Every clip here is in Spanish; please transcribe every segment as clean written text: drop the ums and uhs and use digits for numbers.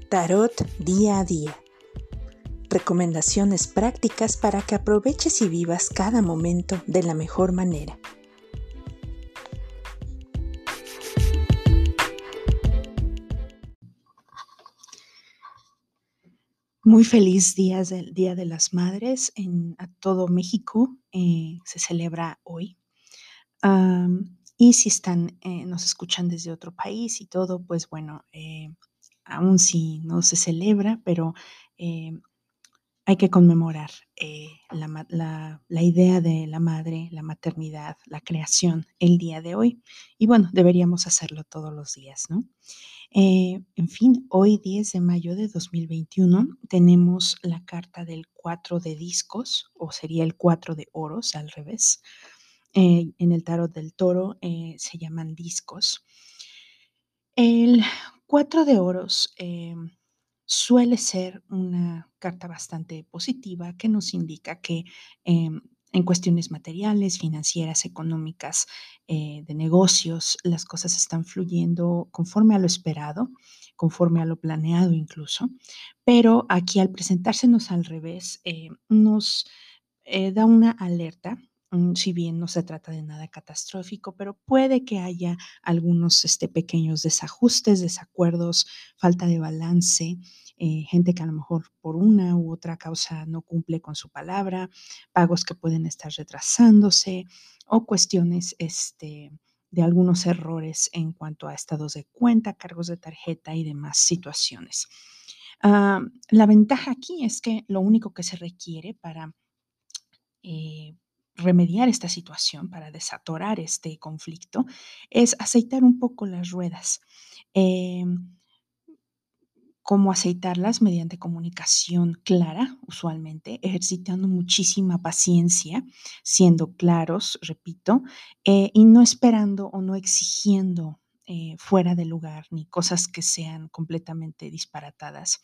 Tarot día a día. Recomendaciones prácticas para que aproveches y vivas cada momento de la mejor manera. Muy feliz Día de las Madres a todo México. Se celebra hoy. Y si nos escuchan desde otro país y todo, pues bueno, aún si no se celebra, pero hay que conmemorar la idea de la madre, la maternidad, la creación el día de hoy. Y bueno, deberíamos hacerlo todos los días, ¿no? En fin, hoy 10 de mayo de 2021 tenemos la carta del 4 de discos, o sería el 4 de oros al revés. En el tarot del toro se llaman discos. El 4 de oros suele ser una carta bastante positiva que nos indica que en cuestiones materiales, financieras, económicas, de negocios, las cosas están fluyendo conforme a lo esperado, conforme a lo planeado incluso, pero aquí al presentársenos al revés, nos da una alerta. Si bien no se trata de nada catastrófico, pero puede que haya algunos pequeños desajustes, desacuerdos, falta de balance, gente que a lo mejor por una u otra causa no cumple con su palabra, pagos que pueden estar retrasándose o cuestiones de algunos errores en cuanto a estados de cuenta, cargos de tarjeta y demás situaciones. La ventaja aquí es que lo único que se requiere para remediar esta situación, para desatorar este conflicto, es aceitar un poco las ruedas. ¿Cómo aceitarlas? Mediante comunicación clara, usualmente, ejercitando muchísima paciencia, siendo claros, repito, y no esperando o no exigiendo fuera de lugar ni cosas que sean completamente disparatadas.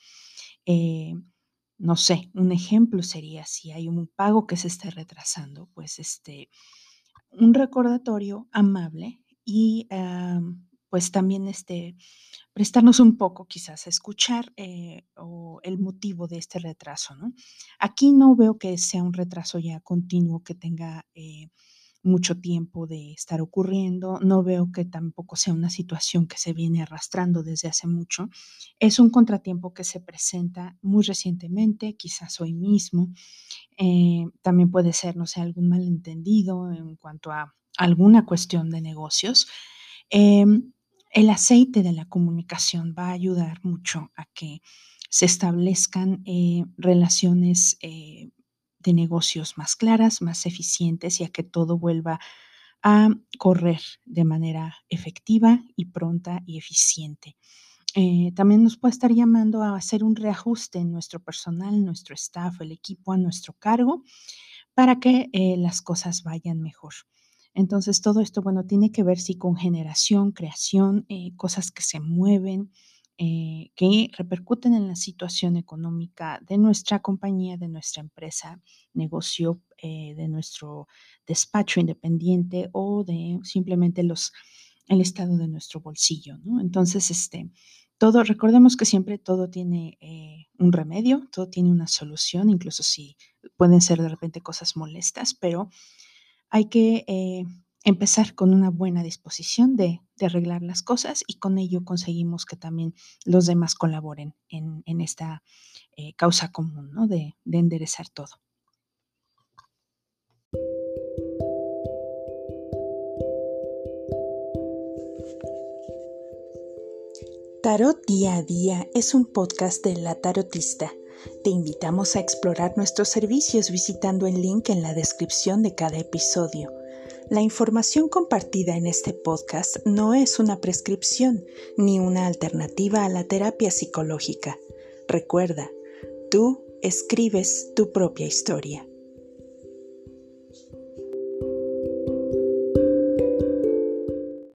No sé, un ejemplo sería si hay un pago que se esté retrasando, pues un recordatorio amable y pues también prestarnos un poco quizás a escuchar o el motivo de este retraso, ¿no? Aquí no veo que sea un retraso ya continuo que tenga mucho tiempo de estar ocurriendo, no veo que tampoco sea una situación que se viene arrastrando desde hace mucho, es un contratiempo que se presenta muy recientemente, quizás hoy mismo, también puede ser, no sé, algún malentendido en cuanto a alguna cuestión de negocios. El aceite de la comunicación va a ayudar mucho a que se establezcan relaciones de negocios más claras, más eficientes y a que todo vuelva a correr de manera efectiva y pronta y eficiente. También nos puede estar llamando a hacer un reajuste en nuestro personal, nuestro staff, el equipo a nuestro cargo para que las cosas vayan mejor. Entonces, todo esto, bueno, tiene que ver sí con generación, creación, cosas que se mueven, que repercuten en la situación económica de nuestra compañía, de nuestra empresa, negocio, de nuestro despacho independiente o de simplemente el estado de nuestro bolsillo, ¿no? Entonces, recordemos que siempre todo tiene un remedio, todo tiene una solución, incluso si pueden ser de repente cosas molestas, pero hay que empezar con una buena disposición de arreglar las cosas y con ello conseguimos que también los demás colaboren en esta causa común, ¿no? De enderezar todo. Tarot Día a Día es un podcast de La Tarotista. Te invitamos a explorar nuestros servicios visitando el link en la descripción de cada episodio. La información compartida en este podcast no es una prescripción ni una alternativa a la terapia psicológica. Recuerda, tú escribes tu propia historia.